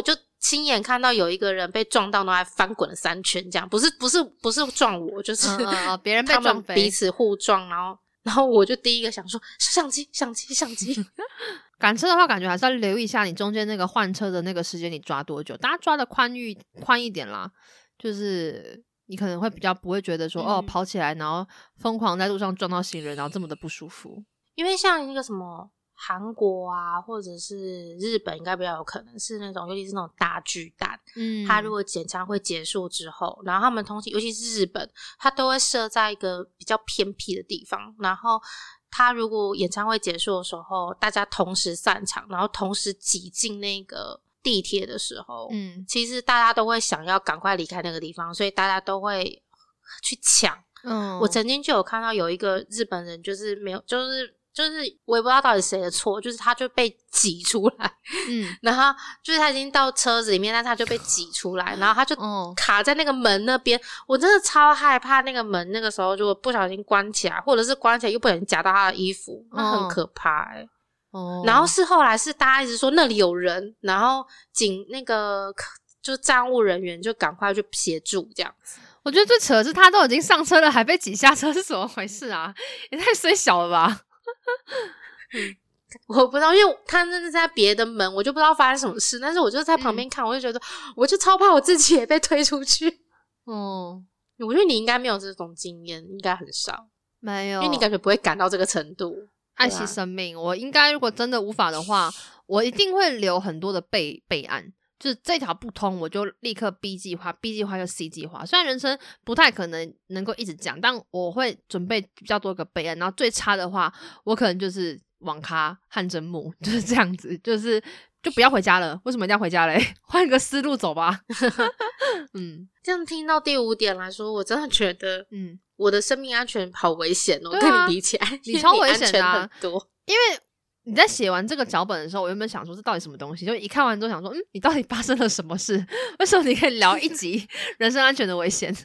亲眼看到有一个人被撞到，然后还翻滚了三圈，这样不是不是不是撞我，就是嗯嗯嗯别人被撞飞， 他们彼此互撞，然后然后我就第一个想说相机相机相机。 赶车的话，感觉还是要留意一下你中间那个换车的那个时间，你抓多久？大家抓的宽裕宽一点啦，就是你可能会比较不会觉得说、嗯、哦跑起来，然后疯狂在路上撞到行人，然后这么的不舒服。 因为像那个什么韩国啊，或者是日本，应该比较有可能是那种，尤其是那种大巨蛋，嗯，它如果演唱会结束之后，然后他们通勤，尤其是日本，它都会设在一个比较偏僻的地方，然后他如果演唱会结束的时候，大家同时散场，然后同时挤进那个地铁的时候，嗯，其实大家都会想要赶快离开那个地方，所以大家都会去抢。嗯，我曾经就有看到有一个日本人，就是没有，就是就是我也不知道到底谁的错，就是他就被挤出来，嗯，然后就是他已经到车子里面，但是他就被挤出来，然后他就卡在那个门那边、哦、我真的超害怕那个门那个时候如果不小心关起来，或者是关起来又不小心夹到他的衣服，那很可怕欸。哦，然后是后来是大家一直说那里有人，然后警那个就站务人员就赶快去协助这样子。 我觉得最扯的是他都已经上车了还被挤下车，是怎么回事啊？也太衰小了吧。 嗯，我不知道，因为他那是在别的门，我就不知道发生什么事，但是我就在旁边看、嗯、我就觉得我就超怕我自己也被推出去。哦，我觉得你应该没有这种经验，应该很少。 没有， 因为你感觉不会赶到这个程度， 爱惜生命、啊、我应该如果真的无法的话我一定会留很多的备备案，就是这条不通我就立刻 B 计划 B 计划就 C 计划，虽然人生不太可能能够一直讲，但我会准备比较多个备案，然后最差的话我可能就是网咖汗蒸木，就是这样子，就是就不要回家了。为什么一定要回家嘞？换个思路走吧。 嗯，这样听到第五点来说，我真的觉得嗯，我的生命安全好危险哦、啊、跟你比起来你超危险的、啊、 很多。 因为你在写完这个脚本的时候，我原本想说这到底什么东西，就一看完之后想说嗯，你到底发生了什么事？为什么你可以聊一集人身安全的危险？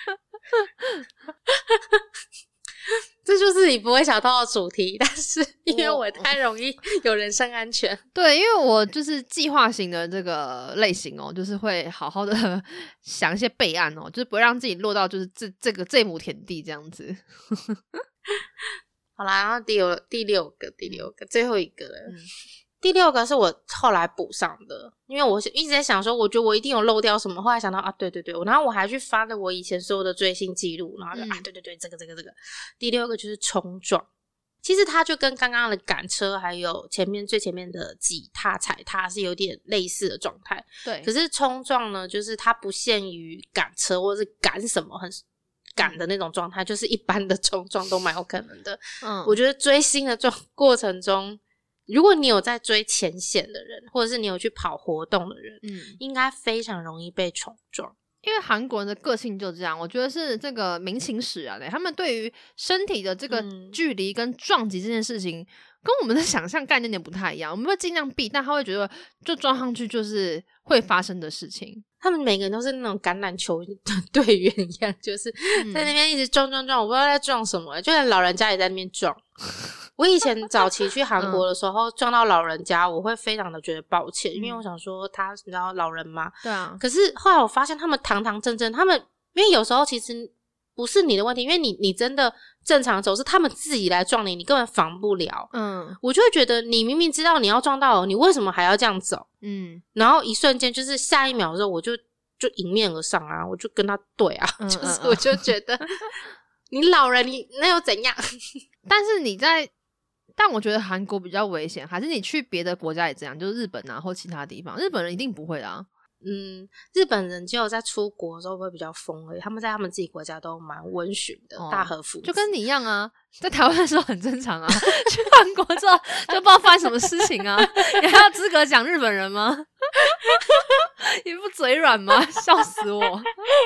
这就是你不会想到的主题，但是因为我太容易有人身安全。 对，因为我就是计划型的这个类型哦，就是会好好的想一些备案哦，就是不会让自己落到就是这这个这亩田地这样子。 好啦，然后第六第六个第六个最后一个了、嗯、第六个是我后来补上的，因为我一直在想说我觉得我一定有漏掉什么，后来想到啊对对对，然后我还去翻了我以前所有的追星记录，然后就、嗯、啊对对对这个这个这个第六个就是冲撞。其实它就跟刚刚的赶车还有前面最前面的挤踏踩踏是有点类似的状态，对。可是冲撞呢，就是它不限于赶车或是赶什么很赶的那种状态、嗯、就是一般的冲撞都蛮有可能的。嗯，我觉得追星的过程中，如果你有在追前线的人，或者是你有去跑活动的人，嗯，应该非常容易被冲撞。 因为韩国人的个性就这样，我觉得是这个民情使然的，他们对于身体的这个距离跟撞击这件事情、嗯、跟我们的想象概念有点不太一样，我们会尽量避，但他会觉得就撞上去就是会发生的事情。 他们每个人都是那种橄榄球队员一样，就是在那边一直撞撞撞，我不知道在撞什么，就连老人家也在那边撞。我以前早期去韩国的时候、嗯、撞到老人家我会非常的觉得抱歉、嗯、因为我想说他你知道老人嘛，对啊。可是后来我发现他们堂堂正正，他们因为有时候其实不是你的问题，因为你你真的正常走是他们自己来撞你，你根本防不了。嗯，我就会觉得你明明知道你要撞到我，你为什么还要这样走？嗯，然后一瞬间就是下一秒的时候我就就迎面而上啊，我就跟他对啊，嗯、就是我就觉得你老人你那又怎样？ 但是你在但我觉得韩国比较危险，还是你去别的国家也这样，就是日本啊或其他地方，日本人一定不会啊。 嗯，日本人只有在出国的时候会比较疯而已，他们在他们自己国家都蛮温驯的、哦、大和服就跟你一样啊，在台湾的时候很正常啊去韩国之后就不知道发生什么事情啊你还有资格讲日本人吗？你不嘴软吗？笑死我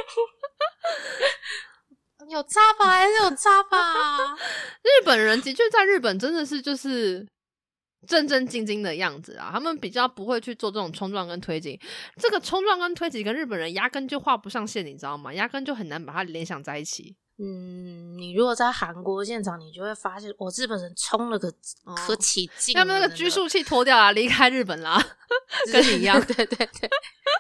有差吧还是有差吧日本人的确在日本真的是就是正正经经的样子啊，他们比较不会去做这种冲撞跟推挤，这个冲撞跟推挤跟日本人压根就画不上线，你知道吗？压根就很难把它联想在一起。 嗯，你如果在韩国现场你就会发现我、哦、日本人冲了个可起劲、哦、 他们那个拘束器脱掉啦，离开日本啦跟你一样对对对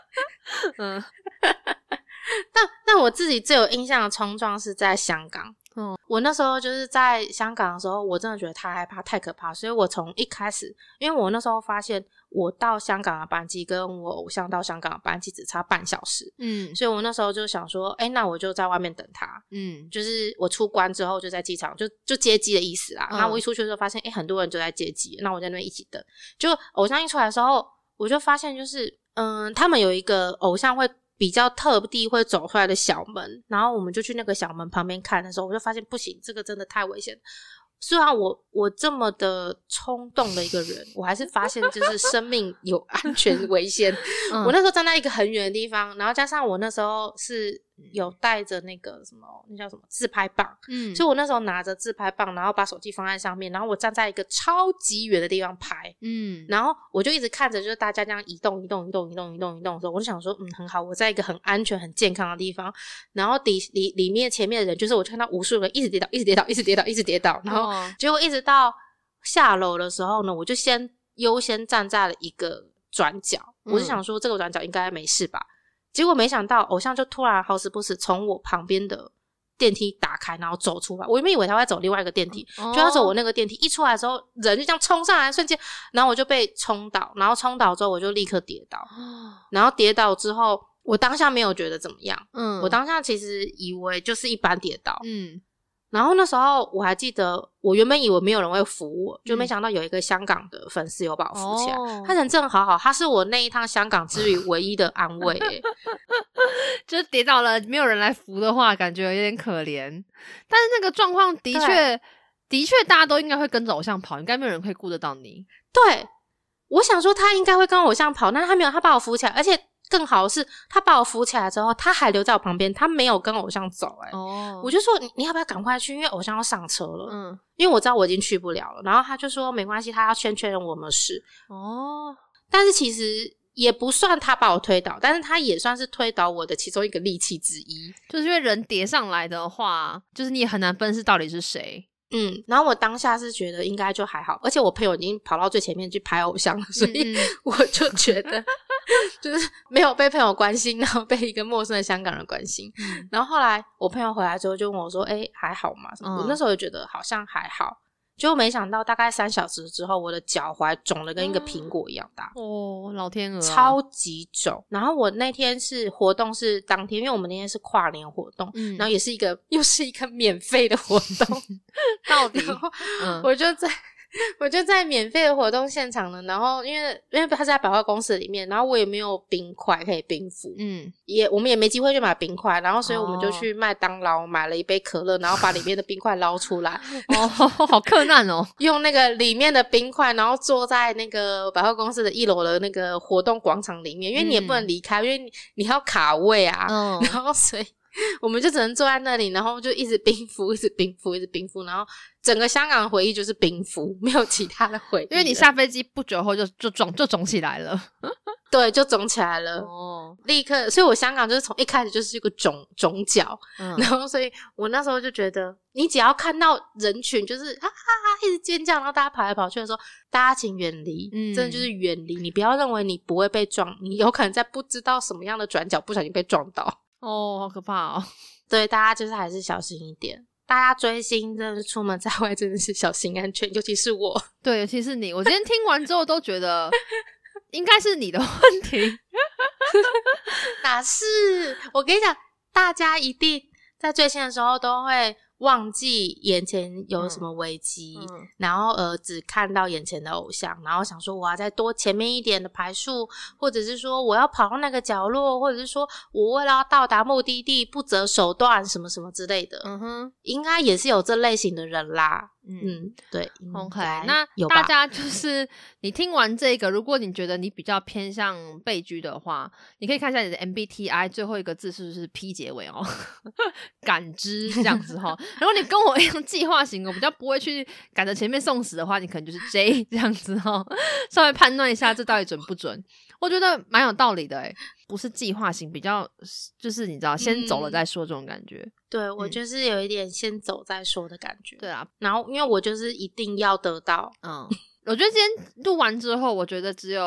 嗯， 但但我自己最有印象的冲撞是在香港。 哦， 我那时候就是在香港的时候，我真的觉得太害怕太可怕，所以我从一开始，因为我那时候发现我到香港的班机跟我偶像到香港的班机只差半小时，嗯，所以我那时候就想说诶那我就在外面等他，嗯，就是我出关之后就在机场就就接机的意思啦，然后我一出去的时候发现诶很多人都在接机，那我在那边一起等，就偶像一出来的时候我就发现就是嗯，他们有一个偶像会比较特地会走出来的小门，然后我们就去那个小门旁边看的时候，我就发现不行，这个真的太危险。虽然我我这么的冲动的一个人，我还是发现就是生命有安全危险。嗯、我那时候站在一个很远的地方，然后加上我那时候是有带着那个什么那叫什么自拍棒，嗯，所以我那时候拿着自拍棒，然后把手机放在上面，然后我站在一个超级远的地方拍，嗯，然后我就一直看着就是大家这样移动移动移动移动移动移动的时候，我就想说嗯很好，我在一个很安全很健康的地方，然后底里里面前面的人就是我就看到无数人一直跌倒一直跌倒一直跌倒一直跌倒，然后结果一直到下楼的时候呢，我就先优先站在了一个转角，我就想说这个转角应该没事吧，结果没想到偶像就突然好死不死从我旁边的电梯打开然后走出来，我原本以为他会走另外一个电梯，就他走我那个电梯一出来的时候人就这样冲上来瞬间，然后我就被冲倒，然后冲倒之后我就立刻跌倒，然后跌倒之后我当下没有觉得怎么样，嗯，我当下其实以为就是一般跌倒，嗯，然后那时候我还记得我原本以为没有人会扶我，就没想到有一个香港的粉丝有把我扶起来，哦，他人真的好好，他是我那一趟香港之旅唯一的安慰耶就是跌倒了没有人来扶的话感觉有点可怜，但是那个状况的确的确大家都应该会跟着偶像跑，应该没有人会顾得到你。 对，我想说他应该会跟偶像跑，但是他没有，他把我扶起来，而且更好的是他把我扶起来之后他还留在我旁边，他没有跟偶像走欸，哦，我就说 你, 你要不要赶快去，因为偶像要上车了，嗯，因为我知道我已经去不了了，然后他就说没关系，他要先确认我们是哦，但是其实也不算他把我推倒，但是他也算是推倒我的其中一个利器之一， 就是因为人叠上来的话就是你也很难分析到底是谁， 嗯，然后我当下是觉得应该就还好，而且我朋友已经跑到最前面去拍偶像了，所以我就觉得就是没有被朋友关心，然后被一个陌生的香港人关心，嗯，然后后来我朋友回来之后就问我说诶还好吗什么，嗯，我那时候也觉得好像还好，结果没想到大概三小时之后我的脚踝肿了跟一个苹果一样大， 哦，老天鹅啊， 超级肿，然后我那天是活动是当天，因为我们那天是跨年活动，嗯，然后也是一个又是一个免费的活动到底然后我就在、嗯、我就在免费的活动现场呢，然后因为因为他是在百货公司里面，然后我也没有冰块可以冰敷，嗯，也我们也没机会去买冰块，然后所以我们就去麦当劳买了一杯可乐，然后把里面的冰块捞出来哦，好困难哦， 用那个里面的冰块，然后坐在那个百货公司的一楼的那个活动广场里面，因为你也不能离开，嗯，因为你你还要卡位啊，嗯，然后所以我们就只能坐在那里，然后就一直冰敷一直冰敷一直冰敷，然后整个香港的回忆就是冰敷，没有其他的回忆， 因为你下飞机不久后就就肿就肿起来了对，就肿起来了哦，立刻，所以我香港就是从一开始就是一个肿肿脚，嗯，然后所以我那时候就觉得你只要看到人群就是哈哈哈一直尖叫，然后大家跑来跑去的时候，大家请远离，嗯，真的就是远离，你不要认为你不会被撞，你有可能在不知道什么样的转角不小心被撞到哦，好可怕哦， 对，大家就是还是小心一点，大家追星真的是出门在外真的是小心安全，尤其是我， 对，尤其是你，我今天听完之后都觉得应该是你的问题哪是，我跟你讲大家一定在追星的时候都会忘记眼前有什么危机，嗯嗯，然后呃只看到眼前的偶像，然后想说我要再多前面一点的排数，或者是说我要跑到那个角落，或者是说我为了要到达目的地不择手段什么什么之类的，嗯哼，应该也是有这类型的人啦，嗯, 嗯对 OK， 那大家就是你听完这个，如果你觉得你比较偏向被居的话，你可以看一下你的 M B T I 最后一个字是不是 P 结尾哦感知这样子齁如果你跟我一样计划型，我比较不会去赶着前面送死的话，你可能就是 J 这样子齁稍微判断一下这到底准不准，我觉得蛮有道理的诶，不是计划型，比较就是你知道先走了再说这种感觉，嗯， 对，我就是有一点先走再说的感觉， 对啊， 然后因为我就是一定要得到， 嗯，我觉得今天录完之后我觉得只有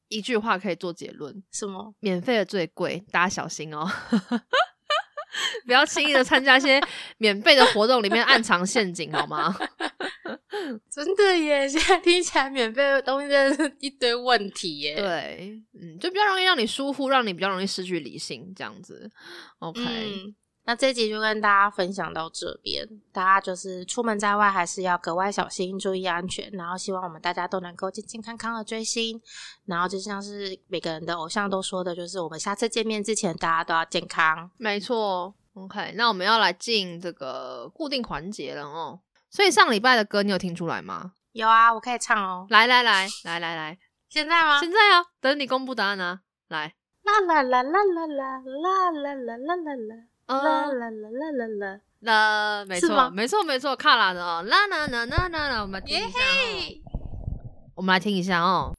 一句话可以做结论。 什么？ 免费的最贵，大家小心哦。不要轻易的参加一些免费的活动里面暗藏陷阱好吗？ 真的耶，现在听起来免费的东西真的是一堆问题耶。 对，嗯，就比较容易让你疏忽，让你比较容易失去理性这样子。 OK、 嗯，那这集就跟大家分享到这边，大家就是出门在外还是要格外小心，注意安全，然后希望我们大家都能够健健康康的追星，然后就像是每个人的偶像都说的，就是我们下次见面之前大家都要健康。 没错。 OK， 那我们要来进这个固定环节了哦。所以上礼拜的歌你有听出来吗？ 有啊，我可以唱哦。 来来来来来来， 现在吗？ 现在啊，等你公布答案啊。来， 啦啦啦啦啦啦啦啦啦啦啦啦。啦啦啦啦啦啦啦，没错没错没错，卡拉的哦，啦啦啦啦啦啦，我们来听一下哦，我们来听一下哦。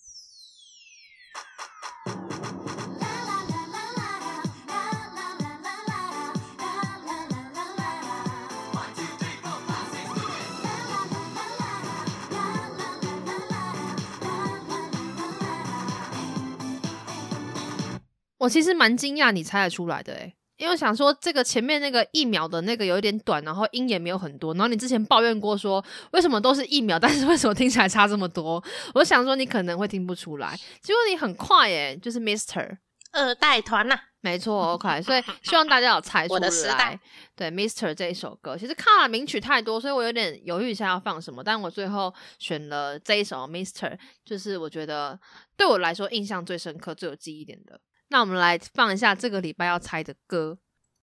我其实蛮惊讶你猜得出来的诶，因为我想说这个前面那个一秒的那个有一点短，然后音也没有很多，然后你之前抱怨过说为什么都是一秒，但是为什么听起来差这么多，我想说你可能会听不出来，结果你很快耶，就是 Mister 二代团啊， 没错。 OK， 所以希望大家有猜出来。 我的时代， 对 Mister 这一首歌，其实看了名曲太多，所以我有点犹豫一下要放什么，但我最后选了这一首 Mister， 就是我觉得对我来说印象最深刻最有记忆点的。那我们来放一下这个礼拜要猜的歌。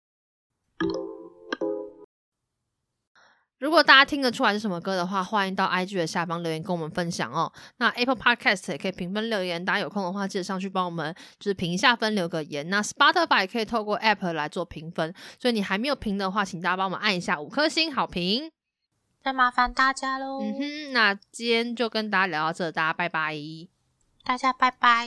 如果大家听得出来是什么歌的话，欢迎到 I G 的下方留言跟我们分享哦。那 Apple Podcast 也可以评分留言，大家有空的话记得上去帮我们就是评一下分留个言。那 Spotify 也可以透过 App 来做评分，所以你还没有评的话请大家帮我们按一下五颗星好评， 再麻烦大家咯。 嗯哼，那今天就跟大家聊到这，大家拜拜。 大家拜拜。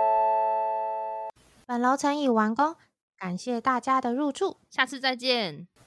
本楼层已完工，感谢大家的入住， 下次再见。